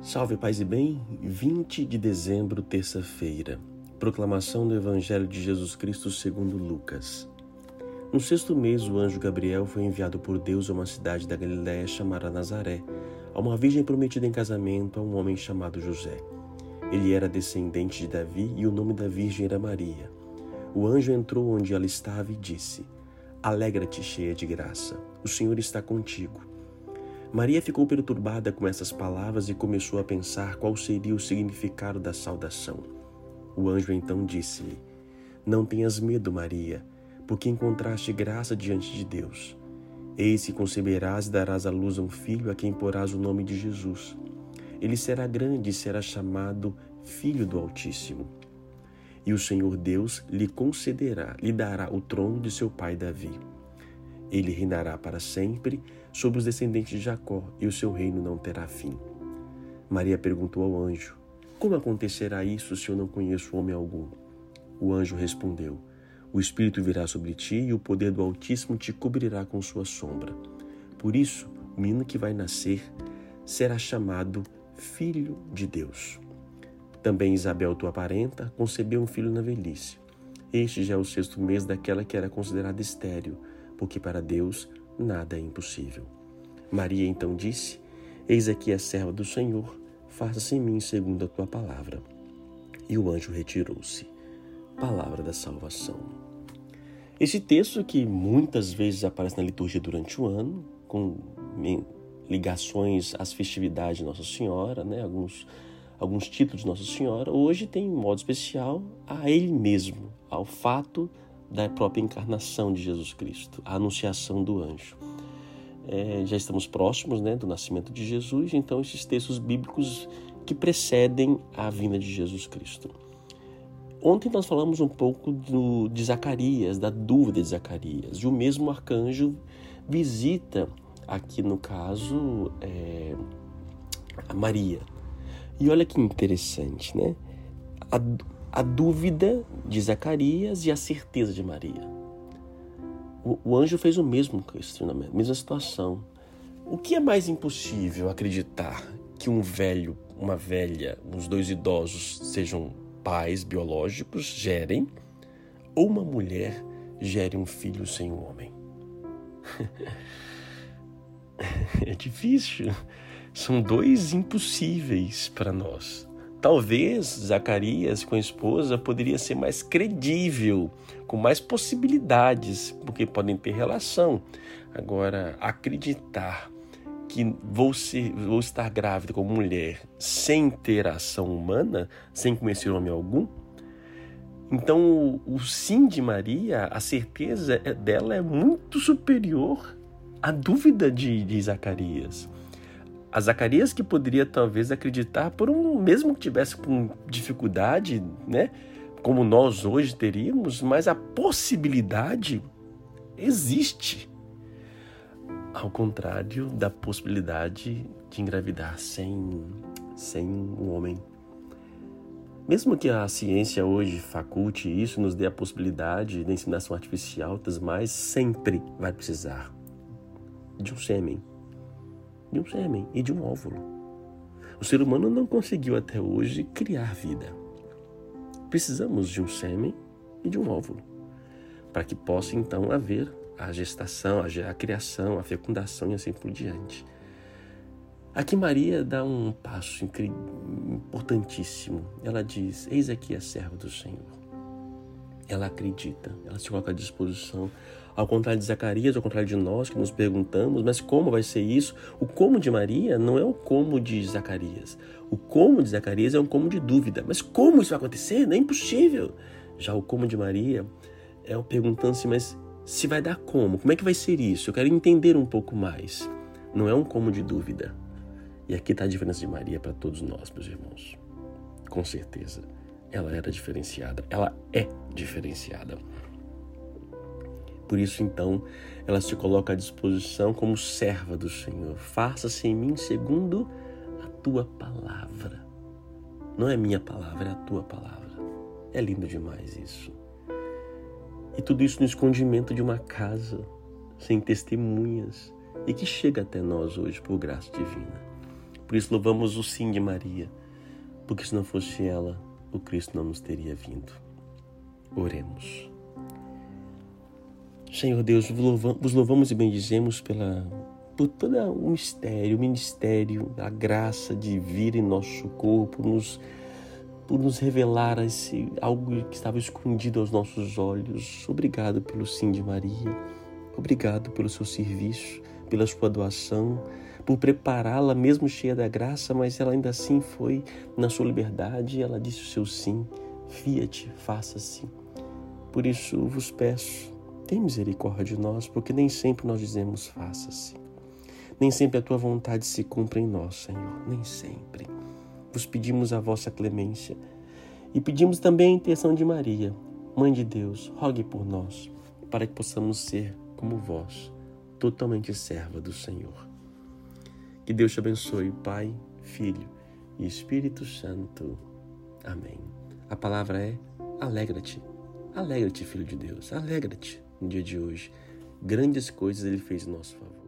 Salve, paz e bem, 20 de dezembro, terça-feira. Proclamação do Evangelho de Jesus Cristo segundo Lucas. No 6º mês, o anjo Gabriel foi enviado por Deus a uma cidade da Galiléia chamada Nazaré, a uma virgem prometida em casamento a um homem chamado José. Ele era descendente de Davi e o nome da virgem era Maria. O anjo entrou onde ela estava e disse: Alegra-te, cheia de graça, o Senhor está contigo. Maria ficou perturbada com essas palavras e começou a pensar qual seria o significado da saudação. O anjo então disse-lhe: Não tenhas medo, Maria, porque encontraste graça diante de Deus. Eis que conceberás e darás à luz a um filho a quem porás o nome de Jesus. Ele será grande e será chamado Filho do Altíssimo. E o Senhor Deus lhe dará o trono de seu pai Davi. Ele reinará para sempre sobre os descendentes de Jacó, e o seu reino não terá fim. Maria perguntou ao anjo: Como acontecerá isso se eu não conheço homem algum? O anjo respondeu: O Espírito virá sobre ti e o poder do Altíssimo te cobrirá com sua sombra. Por isso, o menino que vai nascer será chamado Filho de Deus. Também Isabel, tua parenta, concebeu um filho na velhice. Este já é o 6º mês daquela que era considerada estéril, porque para Deus nada é impossível. Maria então disse: Eis aqui a serva do Senhor, faça-se em mim segundo a tua palavra. E o anjo retirou-se. Palavra da salvação. Esse texto que muitas vezes aparece na liturgia durante o ano, com ligações às festividades de Nossa Senhora, alguns títulos de Nossa Senhora, hoje tem um modo especial a Ele mesmo, ao fato da própria encarnação de Jesus Cristo, a anunciação do anjo. Já estamos próximos do nascimento de Jesus, então esses textos bíblicos que precedem a vinda de Jesus Cristo. Ontem nós falamos um pouco de Zacarias, da dúvida de Zacarias, e o mesmo arcanjo visita, aqui no caso, a Maria. E olha que interessante, a dúvida de Zacarias e a certeza de Maria. O anjo fez o mesmo questionamento, mesma situação. O que é mais impossível acreditar que um velho, uma velha, uns dois idosos sejam pais biológicos, gerem, ou uma mulher gere um filho sem um homem? É difícil. São dois impossíveis para nós. Talvez Zacarias com a esposa poderia ser mais credível, com mais possibilidades, porque podem ter relação. Agora, acreditar que vou estar grávida como mulher sem ter ação humana, sem conhecer homem algum, então o sim de Maria, a certeza dela é muito superior à dúvida de Zacarias. A Zacarias que poderia talvez acreditar mesmo que tivesse com dificuldade, como nós hoje teríamos, mas a possibilidade existe. Ao contrário da possibilidade de engravidar sem um homem. Mesmo que a ciência hoje faculte isso, nos dê a possibilidade da inseminação artificial, mas sempre vai precisar de um sêmen e de um óvulo. O ser humano não conseguiu até hoje criar vida. Precisamos de um sêmen e de um óvulo, para que possa então haver a gestação, a criação, a fecundação e assim por diante. Aqui Maria dá um passo importantíssimo. Ela diz: Eis aqui a serva do Senhor. Ela acredita, ela se coloca à disposição. Ao contrário de Zacarias, ao contrário de nós que nos perguntamos, mas como vai ser isso? O como de Maria não é o como de Zacarias. O como de Zacarias é um como de dúvida. Mas como isso vai acontecer? Não é impossível. Já o como de Maria é o perguntando-se, mas se vai dar como? Como é que vai ser isso? Eu quero entender um pouco mais. Não é um como de dúvida. E aqui está a diferença de Maria para todos nós, meus irmãos. Com certeza. Ela era diferenciada. Ela é diferenciada. Por isso, então, ela se coloca à disposição como serva do Senhor. Faça-se em mim segundo a tua palavra. Não é minha palavra, é a tua palavra. É lindo demais isso. E tudo isso no escondimento de uma casa, sem testemunhas, e que chega até nós hoje por graça divina. Por isso louvamos o sim de Maria, porque se não fosse ela, o Cristo não nos teria vindo. Oremos. Senhor Deus, vos louvamos e bendizemos por todo o ministério, a graça de vir em nosso corpo, por nos revelar algo que estava escondido aos nossos olhos. Obrigado pelo sim de Maria, obrigado pelo seu serviço, pela sua doação, por prepará-la mesmo cheia da graça, mas ela ainda assim foi na sua liberdade, ela disse o seu sim, fiat, faça-se. Por isso vos peço, tem misericórdia de nós, porque nem sempre nós dizemos faça-se. Nem sempre a tua vontade se cumpre em nós, Senhor, nem sempre. Vos pedimos a vossa clemência e pedimos também a intercessão de Maria, Mãe de Deus, rogue por nós, para que possamos ser como vós, totalmente serva do Senhor. Que Deus te abençoe, Pai, Filho e Espírito Santo. Amém. A palavra é alegra-te. Alegra-te, Filho de Deus, alegra-te no dia de hoje. Grandes coisas Ele fez em nosso favor.